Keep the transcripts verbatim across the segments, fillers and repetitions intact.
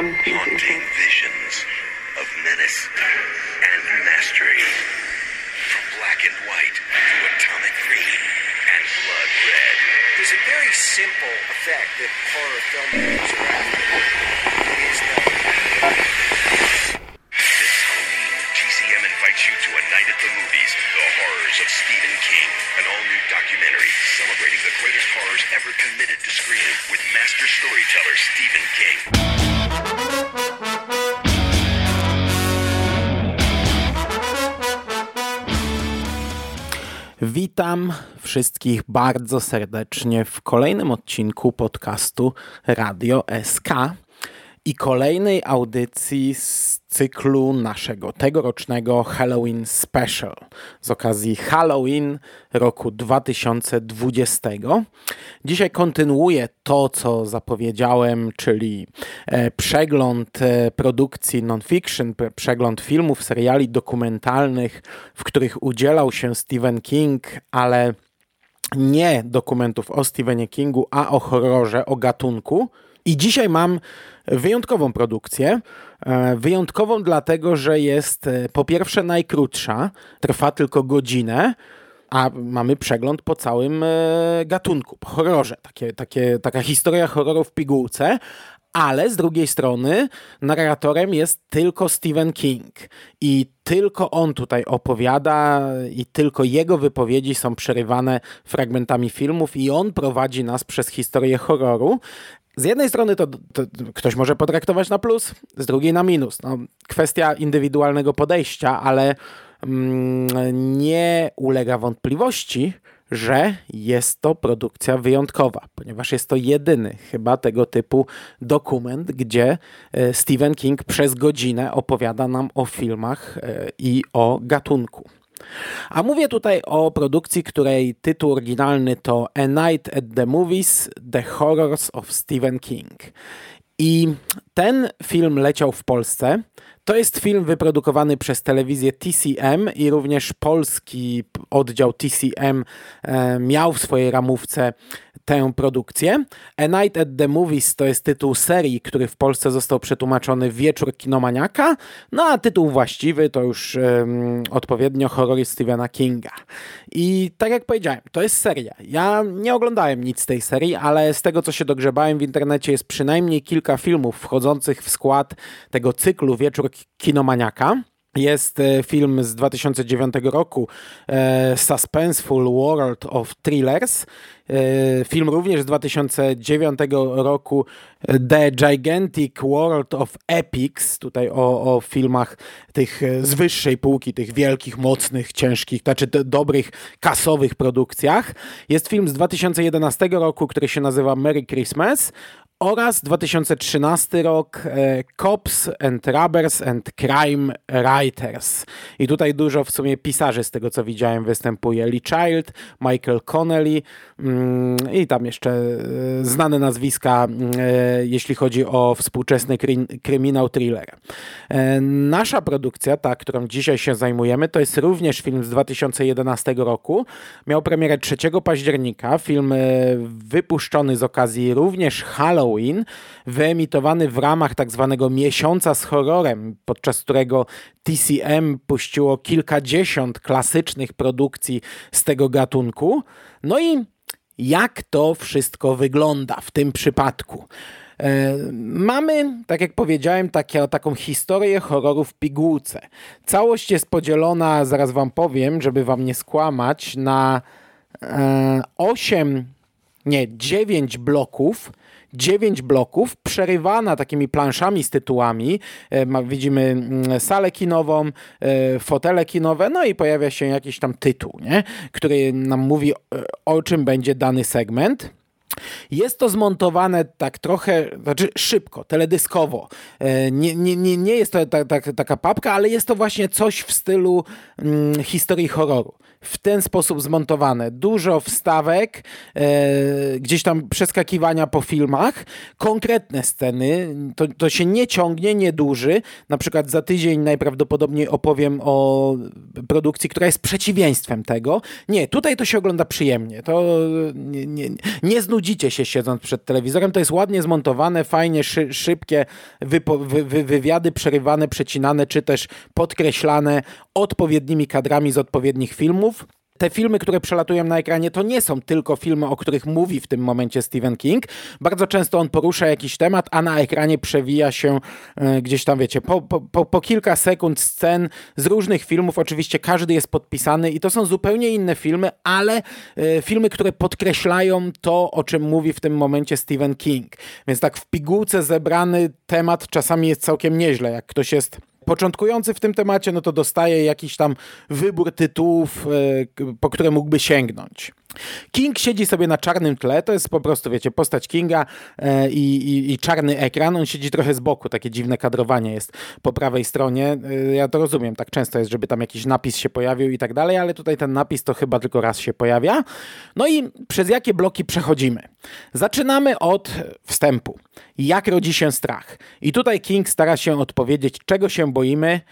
um, Haunting visions of menace and mastery. From black and white to atomic green and blood red. There's a very simple effect that horror filmmakers are after. It is the... This Halloween, T C M invites you to a night at the movies, The Horrors of Stephen King, an all-new documentary celebrating the greatest horrors ever committed to screen with master storyteller Stephen King. Witam wszystkich bardzo serdecznie w kolejnym odcinku podcastu Radio S K i kolejnej audycji z cyklu naszego tegorocznego Halloween Special z okazji Halloween roku dwa tysiące dwudziestego. Dzisiaj kontynuuję to, co zapowiedziałem, czyli e, przegląd e, produkcji non-fiction, pre, przegląd filmów, seriali dokumentalnych, w których udzielał się Stephen King, ale nie dokumentów o Stephenie Kingu, a o horrorze, o gatunku. I dzisiaj mam wyjątkową produkcję. Wyjątkową dlatego, że jest po pierwsze najkrótsza, trwa tylko godzinę, a mamy przegląd po całym gatunku, po horrorze. Takie, takie, taka historia horroru w pigułce. Ale z drugiej strony narratorem jest tylko Stephen King i tylko on tutaj opowiada i tylko jego wypowiedzi są przerywane fragmentami filmów i on prowadzi nas przez historię horroru. Z jednej strony to, to ktoś może potraktować na plus, z drugiej na minus. No, kwestia indywidualnego podejścia, ale mm, nie ulega wątpliwości, że jest to produkcja wyjątkowa, ponieważ jest to jedyny chyba tego typu dokument, gdzie Stephen King przez godzinę opowiada nam o filmach i o gatunku. A mówię tutaj o produkcji, której tytuł oryginalny to A Night at the Movies – The Horrors of Stephen King. I ten film leciał w Polsce. To jest film wyprodukowany przez telewizję T C M i również polski oddział T C M e, miał w swojej ramówce tę produkcję. A Night at the Movies to jest tytuł serii, który w Polsce został przetłumaczony Wieczór Kinomaniaka, no a tytuł właściwy to już e, odpowiednio horrory Stephena Kinga. I tak jak powiedziałem, to jest seria. Ja nie oglądałem nic z tej serii, ale z tego, co się dogrzebałem w internecie, jest przynajmniej kilka filmów wchodzących w skład tego cyklu Wieczór Kinomaniaka. Jest film z dwa tysiące dziewiątego roku e, Suspenseful World of Thrillers. E, film również z dwa tysiące dziewiątego roku The Gigantic World of Epics. Tutaj o, o filmach tych z wyższej półki, tych wielkich, mocnych, ciężkich, znaczy dobrych, kasowych produkcjach. Jest film z dwa tysiące jedenastego roku, który się nazywa Merry Christmas. Oraz dwa tysiące trzynasty rok e, Cops and Robbers and Crime Writers. I tutaj dużo w sumie pisarzy z tego, co widziałem, występuje. Lee Child, Michael Connelly mm, i tam jeszcze e, znane nazwiska, e, jeśli chodzi o współczesny kry, kryminał thriller. E, nasza produkcja, ta, którą dzisiaj się zajmujemy, to jest również film z dwa tysiące jedenastego roku. Miał premierę trzeciego października. Film e, wypuszczony z okazji również Halloween, wyemitowany w ramach tak zwanego miesiąca z horrorem, podczas którego T C M puściło kilkadziesiąt klasycznych produkcji z tego gatunku. No i jak to wszystko wygląda w tym przypadku? E, mamy, tak jak powiedziałem, takie, taką historię horroru w pigułce. Całość jest podzielona, zaraz wam powiem, żeby wam nie skłamać, na e, osiem, nie, dziewięć bloków, dziewięć bloków, przerywana takimi planszami z tytułami. E, widzimy salę kinową, e, fotele kinowe, no i pojawia się jakiś tam tytuł, nie? Który nam mówi, o czym będzie dany segment. Jest to zmontowane tak trochę, znaczy szybko, teledyskowo. Nie, nie, nie, nie jest to ta, ta, taka papka, ale jest to właśnie coś w stylu mm, historii horroru. W ten sposób zmontowane. Dużo wstawek, e, gdzieś tam przeskakiwania po filmach, konkretne sceny, to, to się nie ciągnie, nie dłuży. Na przykład za tydzień najprawdopodobniej opowiem o produkcji, która jest przeciwieństwem tego. Nie, tutaj to się ogląda przyjemnie. To nie, nie, nie znudzi nudzicie się siedząc przed telewizorem. To jest ładnie zmontowane, fajnie, szy, szybkie wypo, wy, wy, wywiady przerywane, przecinane, czy też podkreślane odpowiednimi kadrami z odpowiednich filmów. Te filmy, które przelatują na ekranie, to nie są tylko filmy, o których mówi w tym momencie Stephen King. Bardzo często on porusza jakiś temat, a na ekranie przewija się e, gdzieś tam, wiecie, po, po, po, po kilka sekund scen z różnych filmów. Oczywiście każdy jest podpisany i to są zupełnie inne filmy, ale e, filmy, które podkreślają to, o czym mówi w tym momencie Stephen King. Więc tak w pigułce zebrany temat czasami jest całkiem nieźle. Jak ktoś jest początkujący w tym temacie, no to dostaje jakiś tam wybór tytułów, po które mógłby sięgnąć. King siedzi sobie na czarnym tle, to jest po prostu, wiecie, postać Kinga i, i, i czarny ekran, on siedzi trochę z boku, takie dziwne kadrowanie jest po prawej stronie. Ja to rozumiem, tak często jest, żeby tam jakiś napis się pojawił i tak dalej, ale tutaj ten napis to chyba tylko raz się pojawia. No i przez jakie bloki przechodzimy? Zaczynamy od wstępu. Jak rodzi się strach? I tutaj King stara się odpowiedzieć, czego się boimy,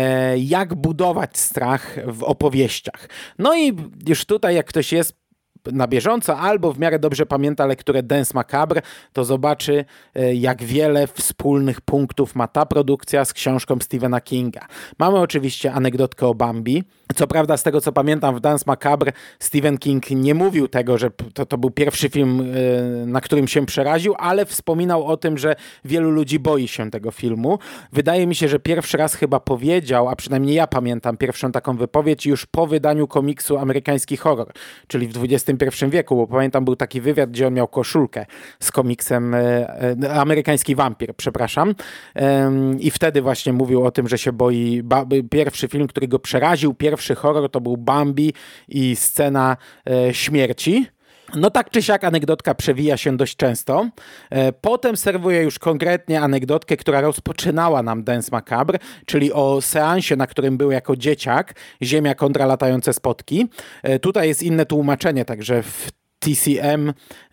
jak budować strach w opowieściach. No i już tutaj, jak ktoś jest na bieżąco albo w miarę dobrze pamięta lekturę Danse Macabre, to zobaczy, jak wiele wspólnych punktów ma ta produkcja z książką Stephena Kinga. Mamy oczywiście anegdotkę o Bambi. Co prawda, z tego co pamiętam, w Danse Macabre Stephen King nie mówił tego, że to, to był pierwszy film, na którym się przeraził, ale wspominał o tym, że wielu ludzi boi się tego filmu. Wydaje mi się, że pierwszy raz chyba powiedział, a przynajmniej ja pamiętam pierwszą taką wypowiedź już po wydaniu komiksu Amerykański Horror, czyli w dwudziestym pierwszym wieku, bo pamiętam, był taki wywiad, gdzie on miał koszulkę z komiksem e, Amerykański Wampir, przepraszam. E, I wtedy właśnie mówił o tym, że się boi. Ba, pierwszy film, który go przeraził, pierwszy horror to był Bambi i scena e, śmierci. No tak czy siak anegdotka przewija się dość często. E, potem serwuję już konkretnie anegdotkę, która rozpoczynała nam Danse Macabre, czyli o seansie, na którym był jako dzieciak, Ziemia kontra latające spotki. E, tutaj jest inne tłumaczenie, także w T C M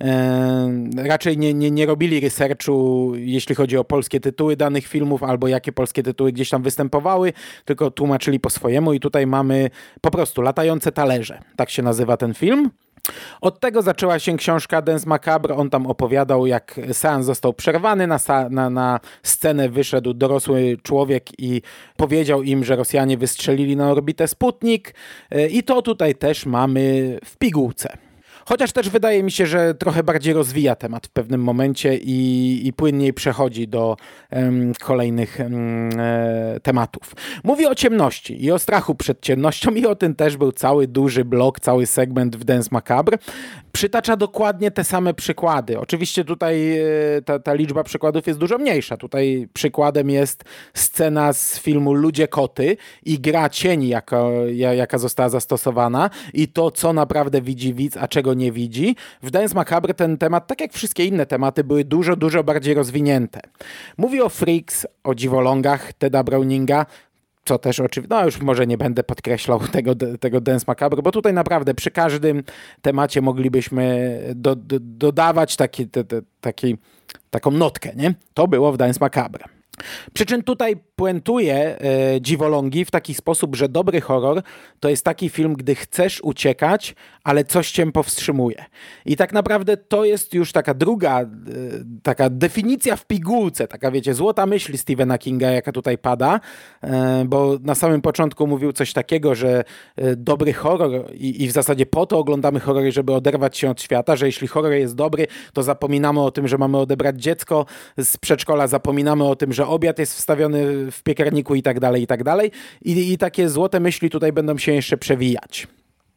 e, raczej nie, nie, nie robili researchu, jeśli chodzi o polskie tytuły danych filmów albo jakie polskie tytuły gdzieś tam występowały, tylko tłumaczyli po swojemu i tutaj mamy po prostu Latające talerze. Tak się nazywa ten film. Od tego zaczęła się książka Danse Macabre. On tam opowiadał, jak seans został przerwany. Na, na, na scenę wyszedł dorosły człowiek i powiedział im, że Rosjanie wystrzelili na orbitę Sputnik. I to tutaj też mamy w pigułce. Chociaż też wydaje mi się, że trochę bardziej rozwija temat w pewnym momencie i, i płynniej przechodzi do um, kolejnych um, e, tematów. Mówi o ciemności i o strachu przed ciemnością i o tym też był cały duży blok, cały segment w Danse Macabre. Przytacza dokładnie te same przykłady. Oczywiście tutaj e, ta, ta liczba przykładów jest dużo mniejsza. Tutaj przykładem jest scena z filmu Ludzie Koty i gra cieni, jaka, jaka została zastosowana i to, co naprawdę widzi widz, a czego nie widzi. W Danse Macabre ten temat, tak jak wszystkie inne tematy, były dużo, dużo bardziej rozwinięte. Mówi o Freaks, o dziwolągach Teda Browninga, co też oczywiście, no już może nie będę podkreślał tego, tego Danse Macabre, bo tutaj naprawdę przy każdym temacie moglibyśmy do, do, dodawać taki, te, te, taki, taką notkę, nie? To było w Danse Macabre. Przy czym tutaj puentuje e, dziwolągi w taki sposób, że dobry horror to jest taki film, gdy chcesz uciekać, ale coś cię powstrzymuje. I tak naprawdę to jest już taka druga, e, taka definicja w pigułce, taka wiecie, złota myśl Stephena Kinga, jaka tutaj pada, e, bo na samym początku mówił coś takiego, że e, dobry horror i, i w zasadzie po to oglądamy horrory, żeby oderwać się od świata, że jeśli horror jest dobry, to zapominamy o tym, że mamy odebrać dziecko z przedszkola, zapominamy o tym, że obiad jest wstawiony w piekarniku i tak dalej, i tak dalej. I, i takie złote myśli tutaj będą się jeszcze przewijać.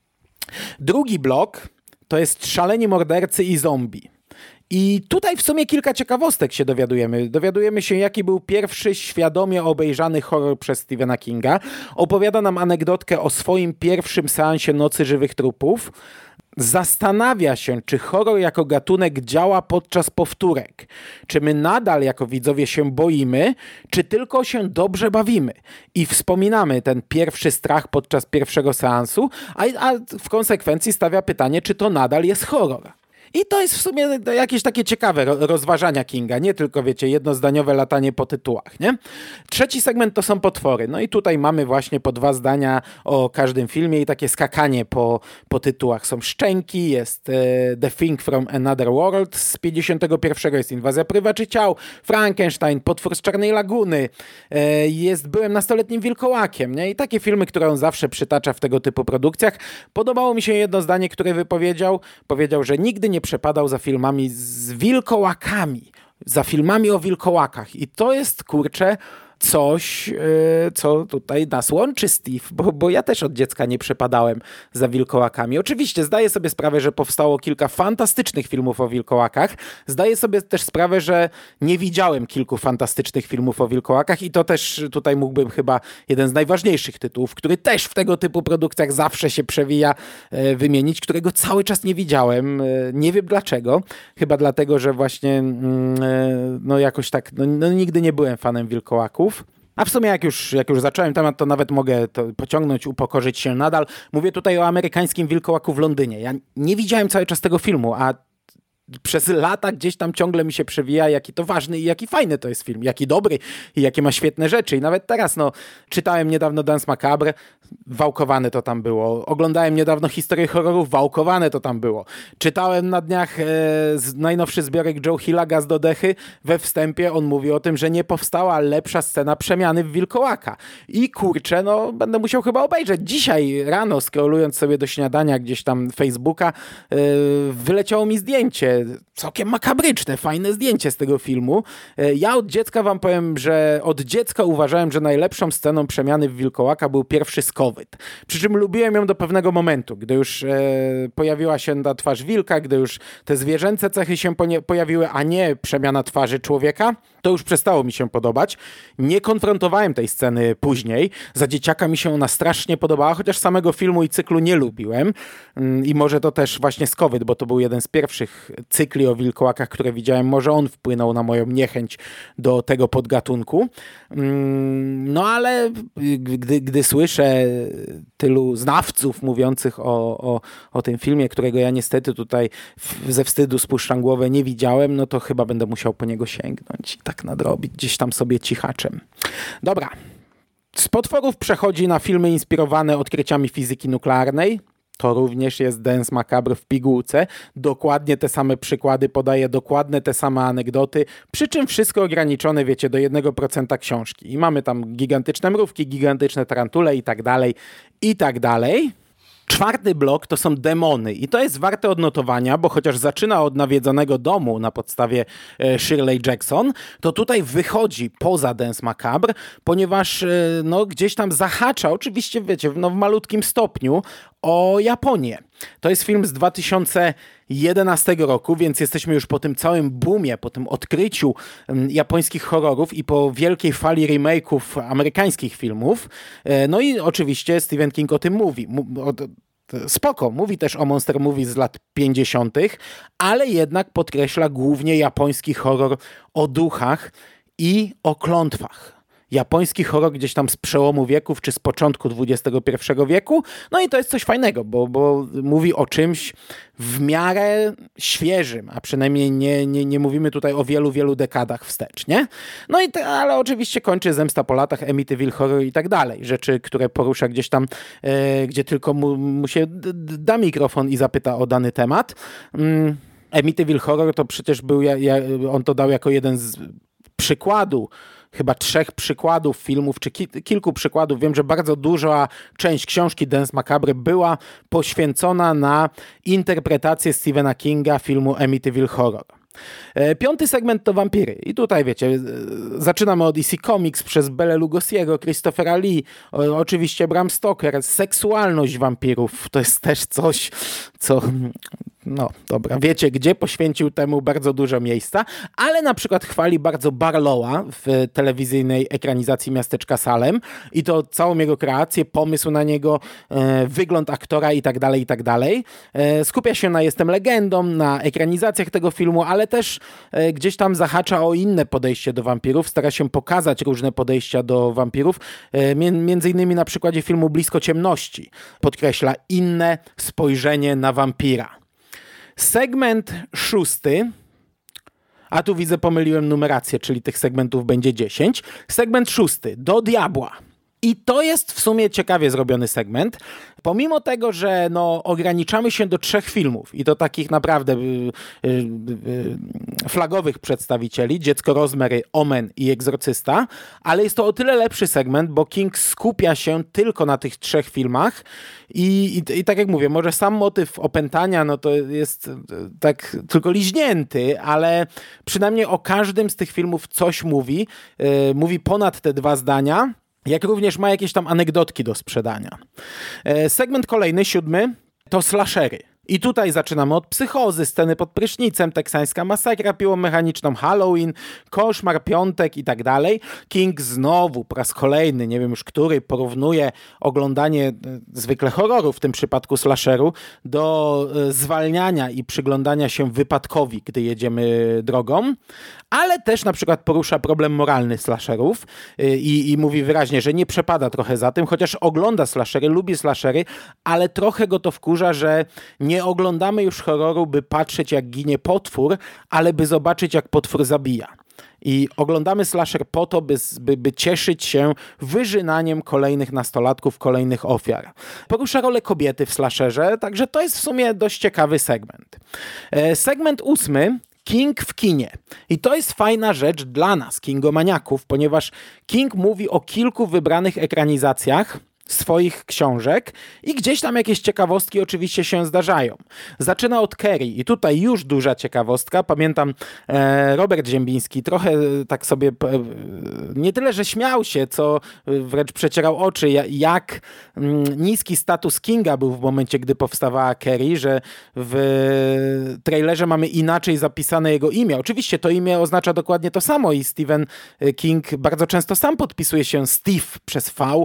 Drugi blok to jest Szaleni mordercy i zombie. I tutaj w sumie kilka ciekawostek się dowiadujemy. Dowiadujemy się, jaki był pierwszy świadomie obejrzany horror przez Stephena Kinga. Opowiada nam anegdotkę o swoim pierwszym seansie Nocy Żywych Trupów. Zastanawia się, czy horror jako gatunek działa podczas powtórek. Czy my nadal jako widzowie się boimy, czy tylko się dobrze bawimy. I wspominamy ten pierwszy strach podczas pierwszego seansu, a, a w konsekwencji stawia pytanie, czy to nadal jest horror. I to jest w sumie jakieś takie ciekawe rozważania Kinga, nie tylko, wiecie, jednozdaniowe latanie po tytułach, nie? Trzeci segment to są potwory. No i tutaj mamy właśnie po dwa zdania o każdym filmie i takie skakanie po, po tytułach. Są Szczęki, jest e, The Thing from Another World z pięćdziesiątego pierwszego, jest Inwazja Prywaczy Ciał, Frankenstein, Potwór z Czarnej Laguny, e, jest Byłem nastoletnim wilkołakiem, nie? I takie filmy, które on zawsze przytacza w tego typu produkcjach. Podobało mi się jedno zdanie, które wypowiedział. Powiedział, że nigdy nie przepadał za filmami z wilkołakami, za filmami o wilkołakach. I to jest, kurczę, coś, yy, co tutaj nas łączy, Steve, bo, bo ja też od dziecka nie przepadałem za wilkołakami. Oczywiście zdaję sobie sprawę, że powstało kilka fantastycznych filmów o wilkołakach. Zdaję sobie też sprawę, że nie widziałem kilku fantastycznych filmów o wilkołakach i to też tutaj mógłbym chyba jeden z najważniejszych tytułów, który też w tego typu produkcjach zawsze się przewija, yy, wymienić, którego cały czas nie widziałem. Yy, nie wiem dlaczego. Chyba dlatego, że właśnie yy, no jakoś tak, no, no nigdy nie byłem fanem wilkołaków. A w sumie jak już, jak już zacząłem temat, to nawet mogę to pociągnąć, upokorzyć się nadal. Mówię tutaj o amerykańskim wilkołaku w Londynie. Ja nie widziałem cały czas tego filmu, a przez lata gdzieś tam ciągle mi się przewija, jaki to ważny i jaki fajny to jest film, jaki dobry i jakie ma świetne rzeczy. I nawet teraz, no, czytałem niedawno Danse Macabre, wałkowane to tam było. Oglądałem niedawno Historię horrorów, wałkowane to tam było. Czytałem na dniach e, z, najnowszy zbiorek Joe Hilla, Gaz do dechy. We wstępie on mówi o tym, że nie powstała lepsza scena przemiany w wilkołaka. I kurczę, no, będę musiał chyba obejrzeć. Dzisiaj rano, scrollując sobie do śniadania gdzieś tam Facebooka, e, wyleciało mi zdjęcie, całkiem makabryczne, fajne zdjęcie z tego filmu. E, ja od dziecka wam powiem, że od dziecka uważałem, że najlepszą sceną przemiany w wilkołaka był pierwszy Skowyt. Przy czym lubiłem ją do pewnego momentu, gdy już e, pojawiła się ta twarz wilka, gdy już te zwierzęce cechy się pojawiły, a nie przemiana twarzy człowieka, to już przestało mi się podobać. Nie konfrontowałem tej sceny później. Za dzieciaka mi się ona strasznie podobała, chociaż samego filmu i cyklu nie lubiłem. I może to też właśnie Skowyt, bo to był jeden z pierwszych cykli o wilkołakach, które widziałem. Może on wpłynął na moją niechęć do tego podgatunku. No ale gdy, gdy słyszę tylu znawców mówiących o, o, o tym filmie, którego ja niestety tutaj w, ze wstydu spuszczam głowę, nie widziałem, no to chyba będę musiał po niego sięgnąć i tak nadrobić gdzieś tam sobie cichaczem. Dobra. Z potworów przechodzi na filmy inspirowane odkryciami fizyki nuklearnej. To również jest Danse Macabre w pigułce. Dokładnie te same przykłady podaje, dokładnie te same anegdoty, przy czym wszystko ograniczone, wiecie, do jednego procenta książki. I mamy tam gigantyczne mrówki, gigantyczne tarantule i tak dalej, i tak dalej. Czwarty blok to są demony i to jest warte odnotowania, bo chociaż zaczyna od nawiedzonego domu na podstawie e, Shirley Jackson, to tutaj wychodzi poza Danse Macabre, ponieważ e, no, gdzieś tam zahacza, oczywiście wiecie, no, w malutkim stopniu, o Japonię. To jest film z dwa tysiące jedenastego roku, więc jesteśmy już po tym całym boomie, po tym odkryciu um, japońskich horrorów i po wielkiej fali remake'ów amerykańskich filmów. E, no i oczywiście Stephen King o tym mówi. M- o, spoko, mówi też o monster movie z lat pięćdziesiątych, ale jednak podkreśla głównie japoński horror o duchach i o klątwach. Japoński horror gdzieś tam z przełomu wieków, czy z początku dwudziestego pierwszego wieku. No i to jest coś fajnego, bo, bo mówi o czymś w miarę świeżym, a przynajmniej nie, nie, nie mówimy tutaj o wielu, wielu dekadach wstecz, nie? No i te, ale oczywiście kończy Zemsta po latach, Amityville Horror i tak dalej. Rzeczy, które porusza gdzieś tam, e, gdzie tylko mu, mu się d- da mikrofon i zapyta o dany temat. Mm, Amityville Horror to przecież był, ja, ja, on to dał jako jeden z przykładu, chyba trzech przykładów filmów, czy ki- kilku przykładów. Wiem, że bardzo duża część książki Danse Macabre była poświęcona na interpretację Stephena Kinga filmu Amityville Horror. Piąty segment to wampiry. I tutaj wiecie, zaczynamy od D C Comics przez Bela Lugosiego, Christophera Lee, o, oczywiście Bram Stoker. Seksualność wampirów to jest też coś, co... No, dobra, wiecie gdzie, poświęcił temu bardzo dużo miejsca, ale na przykład chwali bardzo Barlowa w telewizyjnej ekranizacji Miasteczka Salem i to całą jego kreację, pomysł na niego, e, wygląd aktora i tak dalej, i tak dalej. E, skupia się na Jestem legendą, na ekranizacjach tego filmu, ale też e, gdzieś tam zahacza o inne podejście do wampirów, stara się pokazać różne podejścia do wampirów, e, między innymi na przykładzie filmu Blisko ciemności. Podkreśla inne spojrzenie na wampira. Segment szósty, a tu widzę, pomyliłem numerację, czyli tych segmentów będzie dziesięć. Segment szósty, Do diabła. I to jest w sumie ciekawie zrobiony segment. Pomimo tego, że no, ograniczamy się do trzech filmów i to takich naprawdę y, y, y, flagowych przedstawicieli, Dziecko Rosemary, Omen i Egzorcysta, ale jest to o tyle lepszy segment, bo King skupia się tylko na tych trzech filmach i, i, i tak jak mówię, może sam motyw opętania no to jest tak tylko liźnięty, ale przynajmniej o każdym z tych filmów coś mówi, y, mówi ponad te dwa zdania, jak również ma jakieś tam anegdotki do sprzedania. Segment kolejny, siódmy, to slashery. I tutaj zaczynamy od Psychozy, Sceny pod prysznicem, Teksańska masakra, Piłą mechaniczną, Halloween, Koszmar, Piątek i tak dalej. King znowu po raz kolejny, nie wiem już który, porównuje oglądanie zwykle horroru, w tym przypadku slasheru, do zwalniania i przyglądania się wypadkowi, gdy jedziemy drogą, ale też na przykład porusza problem moralny slasherów i, i mówi wyraźnie, że nie przepada trochę za tym, chociaż ogląda slashery, lubi slashery, ale trochę go to wkurza, że nie oglądamy już horroru, by patrzeć jak ginie potwór, ale by zobaczyć jak potwór zabija. I oglądamy slasher po to, by, by, by cieszyć się wyżynaniem kolejnych nastolatków, kolejnych ofiar. Porusza rolę kobiety w slasherze, także to jest w sumie dość ciekawy segment. Segment ósmy, King w kinie. I to jest fajna rzecz dla nas, kingomaniaków, ponieważ King mówi o kilku wybranych ekranizacjach swoich książek i gdzieś tam jakieś ciekawostki oczywiście się zdarzają. Zaczyna od Carrie i tutaj już duża ciekawostka. Pamiętam e, Robert Ziembiński trochę tak sobie e, nie tyle, że śmiał się, co wręcz przecierał oczy, jak m, niski status Kinga był w momencie, gdy powstawała Carrie, że w trailerze mamy inaczej zapisane jego imię. Oczywiście to imię oznacza dokładnie to samo i Stephen King bardzo często sam podpisuje się Steve przez V,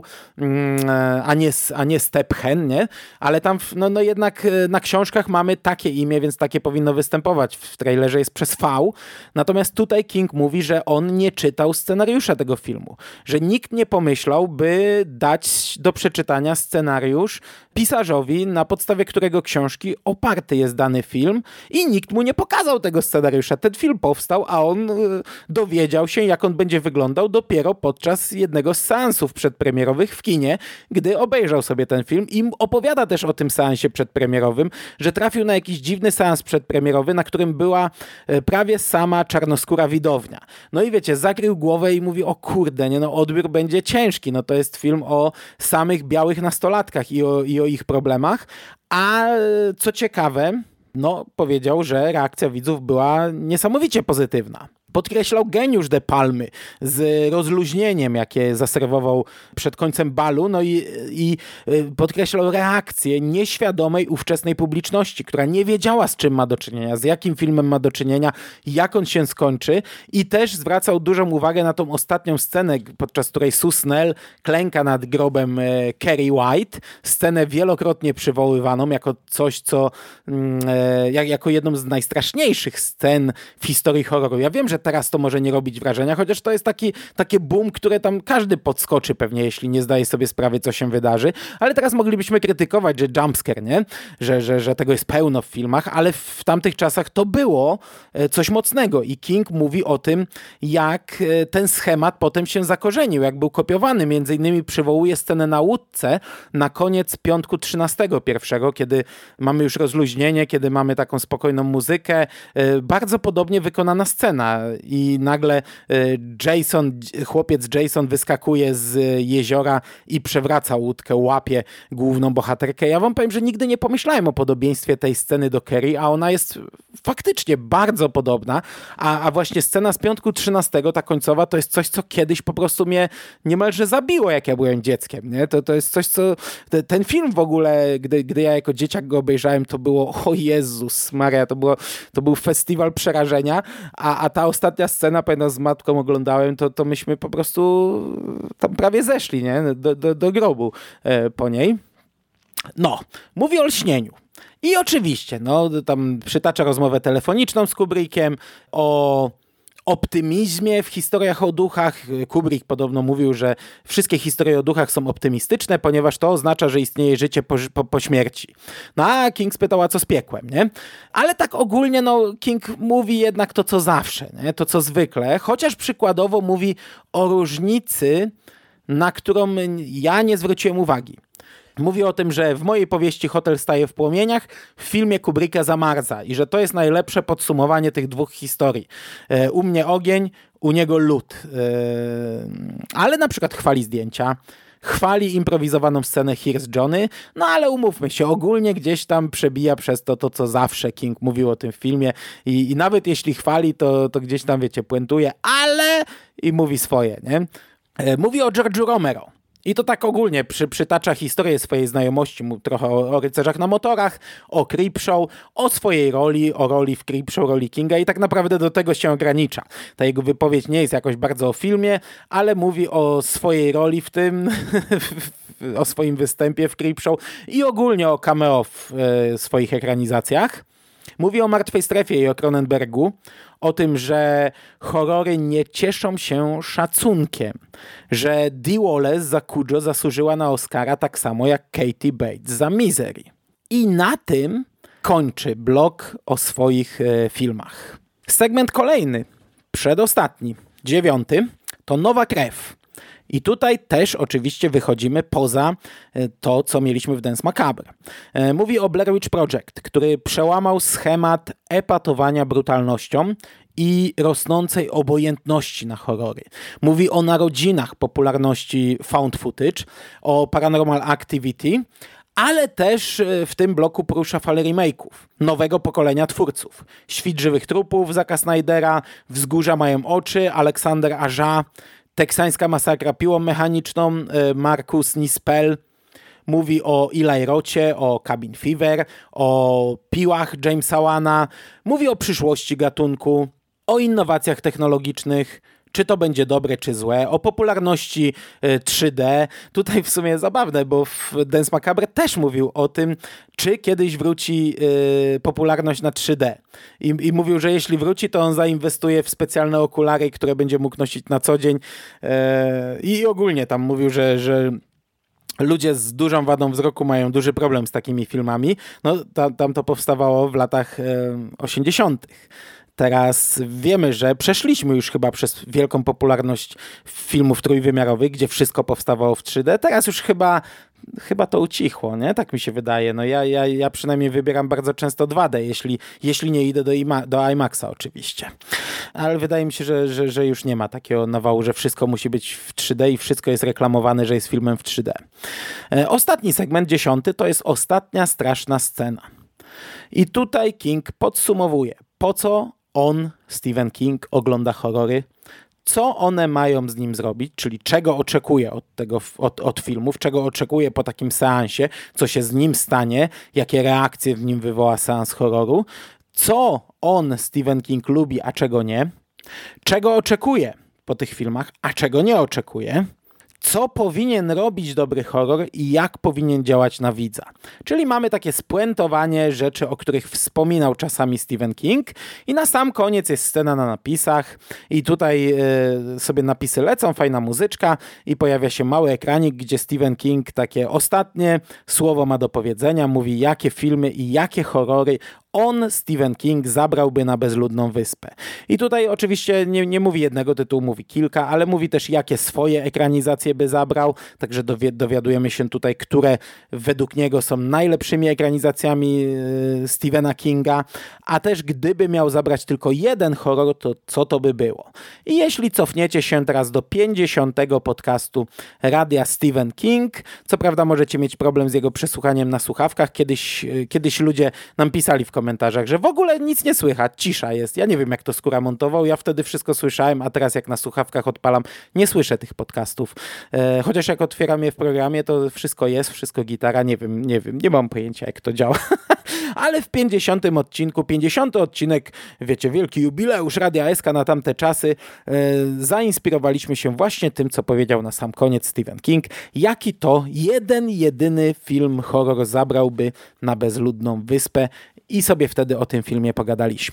m, a nie, a nie Stephen, nie? Ale tam no, no jednak na książkach mamy takie imię, więc takie powinno występować. W trailerze jest przez V. Natomiast tutaj King mówi, że on nie czytał scenariusza tego filmu. Że nikt nie pomyślał, by dać do przeczytania scenariusz pisarzowi, na podstawie którego książki oparty jest dany film i nikt mu nie pokazał tego scenariusza. Ten film powstał, a on dowiedział się, jak on będzie wyglądał dopiero podczas jednego z seansów przedpremierowych w kinie, gdy obejrzał sobie ten film i opowiada też o tym seansie przedpremierowym, że trafił na jakiś dziwny seans przedpremierowy, na którym była prawie sama czarnoskóra widownia. No i wiecie, zakrył głowę i mówi, o kurde, nie, no odbiór będzie ciężki, no to jest film o samych białych nastolatkach i o, i o ich problemach, a co ciekawe, no powiedział, że reakcja widzów była niesamowicie pozytywna. Podkreślał geniusz De Palmy z rozluźnieniem, jakie zaserwował przed końcem balu, no i, i podkreślał reakcję nieświadomej ówczesnej publiczności, która nie wiedziała, z czym ma do czynienia, z jakim filmem ma do czynienia, jak on się skończy i też zwracał dużą uwagę na tą ostatnią scenę, podczas której Sue Snell klęka nad grobem Carrie White, scenę wielokrotnie przywoływaną jako coś, co jak, jako jedną z najstraszniejszych scen w historii horroru. Ja wiem, że teraz to może nie robić wrażenia, chociaż to jest taki, takie boom, które tam każdy podskoczy pewnie, jeśli nie zdaje sobie sprawy, co się wydarzy, ale teraz moglibyśmy krytykować, że jumpscare, nie? Że, że, że tego jest pełno w filmach, ale w tamtych czasach to było coś mocnego i King mówi o tym, jak ten schemat potem się zakorzenił, jak był kopiowany. Między innymi przywołuje scenę na łódce na koniec piątku trzynastego pierwszego, kiedy mamy już rozluźnienie, kiedy mamy taką spokojną muzykę. Bardzo podobnie wykonana scena i nagle Jason, chłopiec Jason wyskakuje z jeziora i przewraca łódkę, łapie główną bohaterkę. Ja wam powiem, że nigdy nie pomyślałem o podobieństwie tej sceny do Carrie, a ona jest faktycznie bardzo podobna, a, a właśnie scena z piątku trzynastego, ta końcowa, to jest coś, co kiedyś po prostu mnie niemalże zabiło, jak ja byłem dzieckiem, nie? To, to jest coś, co... Te, ten film w ogóle, gdy, gdy ja jako dzieciak go obejrzałem, to było, o Jezus Maria, to, było, to był festiwal przerażenia, a, a ta ostatnia scena, pamiętam, z matką oglądałem, to, to myśmy po prostu tam prawie zeszli, nie? Do, do, do grobu e, po niej. No, mówi o lśnieniu. I oczywiście, no, tam przytacza rozmowę telefoniczną z Kubrickiem, o optymizmie w historiach o duchach. Kubrick podobno mówił, że wszystkie historie o duchach są optymistyczne, ponieważ to oznacza, że istnieje życie po, po, po śmierci. No a King spytał, a co z piekłem, nie? Ale tak ogólnie, no King mówi jednak to, co zawsze, nie? To, co zwykle, chociaż przykładowo mówi o różnicy, na którą ja nie zwróciłem uwagi. Mówi o tym, że w mojej powieści Hotel staje w płomieniach, w filmie Kubricka zamarza i że to jest najlepsze podsumowanie tych dwóch historii. U mnie ogień, u niego lód. Ale na przykład chwali zdjęcia, chwali improwizowaną scenę Here's Johnny, no ale umówmy się, ogólnie gdzieś tam przebija przez to to, co zawsze King mówił o tym filmie i, i nawet jeśli chwali, to, to gdzieś tam, wiecie, puentuje, ale i mówi swoje, nie? Mówi o George'u Romero. I to tak ogólnie przy, przytacza historię swojej znajomości, trochę o, o rycerzach na motorach, o Creepshow, o swojej roli, o roli w Creepshow, roli Kinga i tak naprawdę do tego się ogranicza. Ta jego wypowiedź nie jest jakoś bardzo o filmie, ale mówi o swojej roli w tym, o swoim występie w Creepshow i ogólnie o cameo w e, swoich ekranizacjach. Mówi o Martwej Strefie i o Cronenbergu, o tym, że horrory nie cieszą się szacunkiem, że Dee Wallace za Cujo zasłużyła na Oscara tak samo jak Katie Bates za Misery. I na tym kończy blog o swoich e, filmach. Segment kolejny, przedostatni, dziewiąty, to Nowa Krew. I tutaj też oczywiście wychodzimy poza to, co mieliśmy w Dance Macabre. Mówi o Blair Witch Project, który przełamał schemat epatowania brutalnością i rosnącej obojętności na horrory. Mówi o narodzinach popularności found footage, o Paranormal Activity, ale też w tym bloku porusza falę remake'ów nowego pokolenia twórców. Świt żywych trupów Zacka Snydera, Wzgórza mają oczy, Aleksander Aja, Teksańska masakra piłą mechaniczną, Marcus Nispel. Mówi o Eli Rothie, o Cabin Fever, o piłach Jamesa Wana. Mówi o przyszłości gatunku, o innowacjach technologicznych, czy to będzie dobre, czy złe, o popularności trzy D. Tutaj w sumie zabawne, bo w Dance Macabre też mówił o tym, czy kiedyś wróci yy, popularność na trzy D. I, I mówił, że jeśli wróci, to on zainwestuje w specjalne okulary, które będzie mógł nosić na co dzień. Yy, I ogólnie tam mówił, że... że ludzie z dużą wadą wzroku mają duży problem z takimi filmami. No tam, tam to powstawało w latach yy, osiemdziesiątych. Teraz wiemy, że przeszliśmy już chyba przez wielką popularność filmów trójwymiarowych, gdzie wszystko powstawało w trzy D. Teraz już chyba, chyba to ucichło, nie? Tak mi się wydaje. No ja, ja, ja przynajmniej wybieram bardzo często dwa D, jeśli, jeśli nie idę do, ima, do IMAXa oczywiście. Ale wydaje mi się, że, że, że już nie ma takiego nawału, że wszystko musi być w trzy D i wszystko jest reklamowane, że jest filmem w trzy D. E, ostatni segment, dziesiąty, to jest ostatnia straszna scena. I tutaj King podsumowuje, po co on, Stephen King, ogląda horrory, co one mają z nim zrobić, czyli czego oczekuje od tego, od, od filmów, czego oczekuje po takim seansie, co się z nim stanie, jakie reakcje w nim wywoła seans horroru, co on, Stephen King, lubi, a czego nie, czego oczekuje po tych filmach, a czego nie oczekuje, co powinien robić dobry horror i jak powinien działać na widza. Czyli mamy takie spuentowanie rzeczy, o których wspominał czasami Stephen King i na sam koniec jest scena na napisach i tutaj y, sobie napisy lecą, fajna muzyczka i pojawia się mały ekranik, gdzie Stephen King takie ostatnie słowo ma do powiedzenia, mówi jakie filmy i jakie horrory on, Stephen King, zabrałby na bezludną wyspę. I tutaj oczywiście nie, nie mówi jednego tytułu, mówi kilka, ale mówi też, jakie swoje ekranizacje by zabrał, także dowi- dowiadujemy się tutaj, które według niego są najlepszymi ekranizacjami yy, Stephena Kinga, a też gdyby miał zabrać tylko jeden horror, to co to by było? I jeśli cofniecie się teraz do pięćdziesiątego podcastu Radia Stephen King, co prawda możecie mieć problem z jego przesłuchaniem na słuchawkach, kiedyś, yy, kiedyś ludzie nam pisali w komentarzach, komentarzach, że w ogóle nic nie słychać, cisza jest. Ja nie wiem, jak to Skóra montował, ja wtedy wszystko słyszałem, a teraz jak na słuchawkach odpalam, nie słyszę tych podcastów. E, chociaż jak otwieram je w programie, to wszystko jest, wszystko gitara, nie wiem, nie wiem, nie mam pojęcia, jak to działa. Ale w pięćdziesiątym odcinku, pięćdziesiąty odcinek, wiecie, wielki jubileusz Radia S K na tamte czasy, e, zainspirowaliśmy się właśnie tym, co powiedział na sam koniec Stephen King, jaki to jeden, jedyny film horror zabrałby na bezludną wyspę i sobie wtedy o tym filmie pogadaliśmy.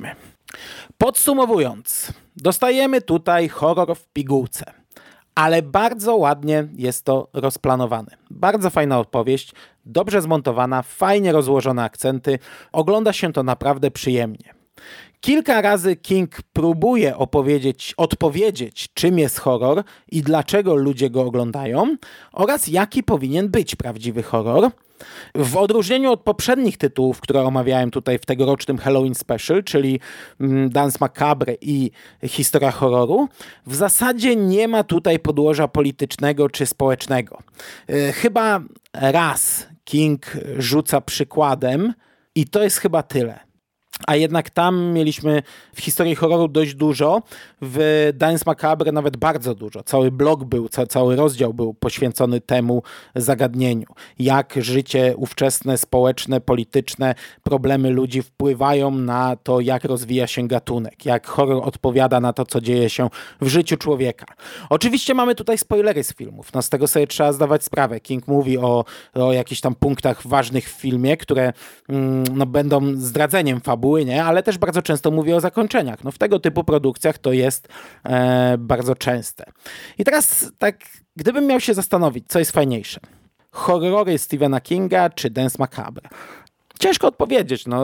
Podsumowując, dostajemy tutaj horror w pigułce, ale bardzo ładnie jest to rozplanowane. Bardzo fajna opowieść, dobrze zmontowana, fajnie rozłożone akcenty, ogląda się to naprawdę przyjemnie. Kilka razy King próbuje opowiedzieć, odpowiedzieć, czym jest horror i dlaczego ludzie go oglądają oraz jaki powinien być prawdziwy horror. W odróżnieniu od poprzednich tytułów, które omawiałem tutaj w tegorocznym Halloween Special, czyli Danse Macabre i Historia horroru, w zasadzie nie ma tutaj podłoża politycznego czy społecznego. Chyba raz King rzuca przykładem i to jest chyba tyle. A jednak tam mieliśmy w historii horroru dość dużo, w Danse Macabre nawet bardzo dużo. Cały blok był, ca- cały rozdział był poświęcony temu zagadnieniu. Jak życie ówczesne, społeczne, polityczne, problemy ludzi wpływają na to, jak rozwija się gatunek. Jak horror odpowiada na to, co dzieje się w życiu człowieka. Oczywiście mamy tutaj spoilery z filmów. No z tego sobie trzeba zdawać sprawę. King mówi o, o jakichś tam punktach ważnych w filmie, które mm, no, będą zdradzeniem fabuły, nie? Ale też bardzo często mówię o zakończeniach. No w tego typu produkcjach to jest e, bardzo częste. I teraz tak, gdybym miał się zastanowić, co jest fajniejsze. Horrory Stephena Kinga czy Danse Macabre? Ciężko odpowiedzieć. No.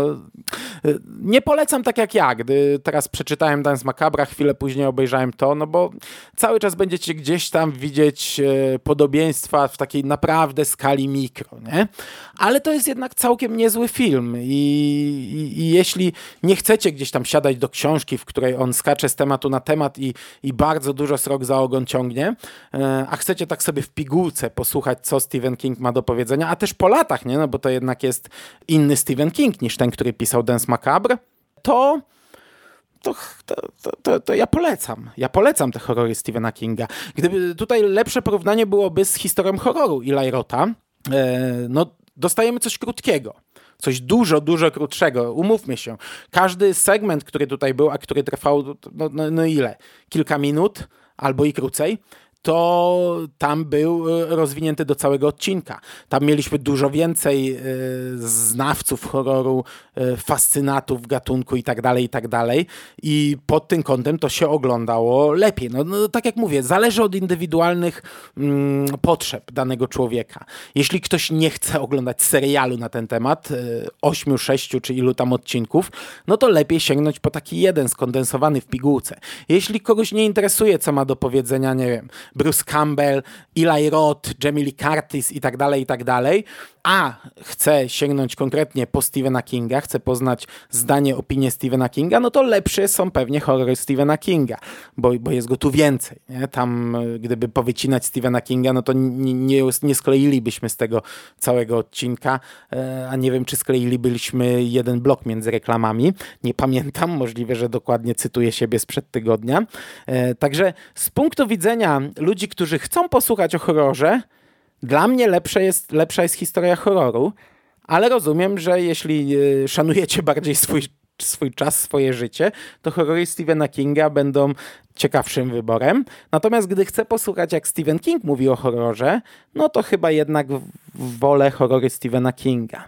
Nie polecam tak jak ja, gdy teraz przeczytałem Danse Macabre, chwilę później obejrzałem to, no bo cały czas będziecie gdzieś tam widzieć e, podobieństwa w takiej naprawdę skali mikro, nie? Ale to jest jednak całkiem niezły film i, i, i jeśli nie chcecie gdzieś tam siadać do książki, w której on skacze z tematu na temat i, i bardzo dużo srok za ogon ciągnie, e, a chcecie tak sobie w pigułce posłuchać, co Stephen King ma do powiedzenia, a też po latach, nie? No bo to jednak jest inny Stephen King niż ten, który pisał Danse Macabre, to, to, to, to, to ja polecam. Ja polecam te horrory Stephena Kinga. Gdyby tutaj lepsze porównanie byłoby z historią horroru Eli Rotha, e, no dostajemy coś krótkiego. Coś dużo, dużo krótszego. Umówmy się. Każdy segment, który tutaj był, a który trwał, no, no, no ile? Kilka minut albo i krócej, to tam był rozwinięty do całego odcinka. Tam mieliśmy dużo więcej znawców horroru, fascynatów gatunku i tak dalej, i tak dalej. I pod tym kątem to się oglądało lepiej. No, no tak jak mówię, zależy od indywidualnych mm, potrzeb danego człowieka. Jeśli ktoś nie chce oglądać serialu na ten temat, ośmiu, sześciu czy ilu tam odcinków, no to lepiej sięgnąć po taki jeden skondensowany w pigułce. Jeśli kogoś nie interesuje, co ma do powiedzenia, nie wiem, Bruce Campbell, Eli Roth, Jamie Lee Curtis i tak dalej, i tak dalej, a chce sięgnąć konkretnie po Stephena Kinga, chce poznać zdanie, opinię Stephena Kinga, no to lepsze są pewnie horrory Stephena Kinga, bo, bo jest go tu więcej. Nie? Tam gdyby powycinać Stephena Kinga, no to nie, nie, nie skleilibyśmy z tego całego odcinka, a nie wiem, czy skleilibyśmy jeden blok między reklamami. Nie pamiętam, możliwe, że dokładnie cytuję siebie sprzed tygodnia. Także z punktu widzenia ludzi, którzy chcą posłuchać o horrorze, dla mnie lepsze jest, lepsza jest historia horroru, ale rozumiem, że jeśli szanujecie bardziej swój, swój czas, swoje życie, to horrory Stephena Kinga będą ciekawszym wyborem. Natomiast gdy chcę posłuchać, jak Stephen King mówi o horrorze, no to chyba jednak wolę horrory Stephena Kinga.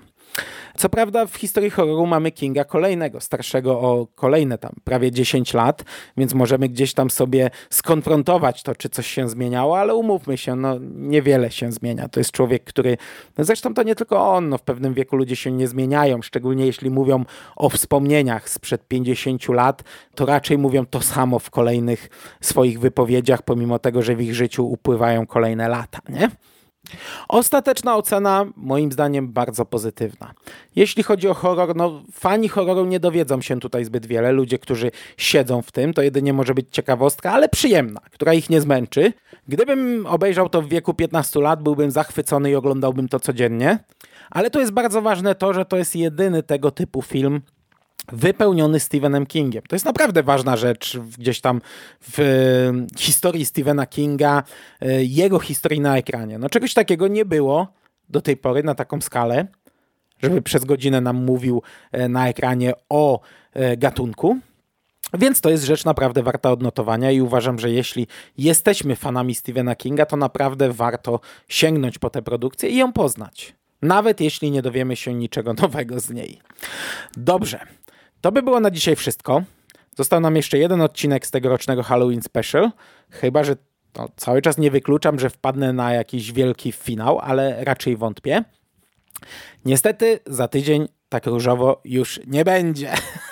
Co prawda w historii horroru mamy Kinga kolejnego, starszego o kolejne tam prawie dziesięć lat, więc możemy gdzieś tam sobie skonfrontować to, czy coś się zmieniało, ale umówmy się, no niewiele się zmienia. To jest człowiek, który, no zresztą to nie tylko on, no w pewnym wieku ludzie się nie zmieniają, szczególnie jeśli mówią o wspomnieniach sprzed pięćdziesięciu lat, to raczej mówią to samo w kolejnych swoich wypowiedziach, pomimo tego, że w ich życiu upływają kolejne lata, nie? Ostateczna ocena moim zdaniem bardzo pozytywna. Jeśli chodzi o horror, no fani horroru nie dowiedzą się tutaj zbyt wiele. Ludzie, którzy siedzą w tym, to jedynie może być ciekawostka, ale przyjemna, która ich nie zmęczy. Gdybym obejrzał to w wieku piętnastu lat, byłbym zachwycony i oglądałbym to codziennie. Ale to jest bardzo ważne to, że to jest jedyny tego typu film wypełniony Stephenem Kingiem. To jest naprawdę ważna rzecz gdzieś tam w historii Stephena Kinga, jego historii na ekranie. No czegoś takiego nie było do tej pory na taką skalę, żeby przez godzinę nam mówił na ekranie o gatunku. Więc to jest rzecz naprawdę warta odnotowania i uważam, że jeśli jesteśmy fanami Stephena Kinga, to naprawdę warto sięgnąć po tę produkcję i ją poznać. Nawet jeśli nie dowiemy się niczego nowego z niej. Dobrze. To by było na dzisiaj wszystko. Został nam jeszcze jeden odcinek z tegorocznego Halloween Special, chyba że no, cały czas nie wykluczam, że wpadnę na jakiś wielki finał, ale raczej wątpię. Niestety za tydzień tak różowo już nie będzie.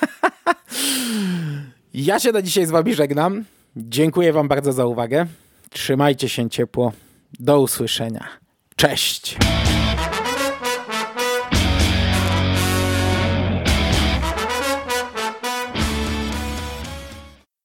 Ja się na dzisiaj z wami żegnam. Dziękuję wam bardzo za uwagę. Trzymajcie się ciepło. Do usłyszenia. Cześć!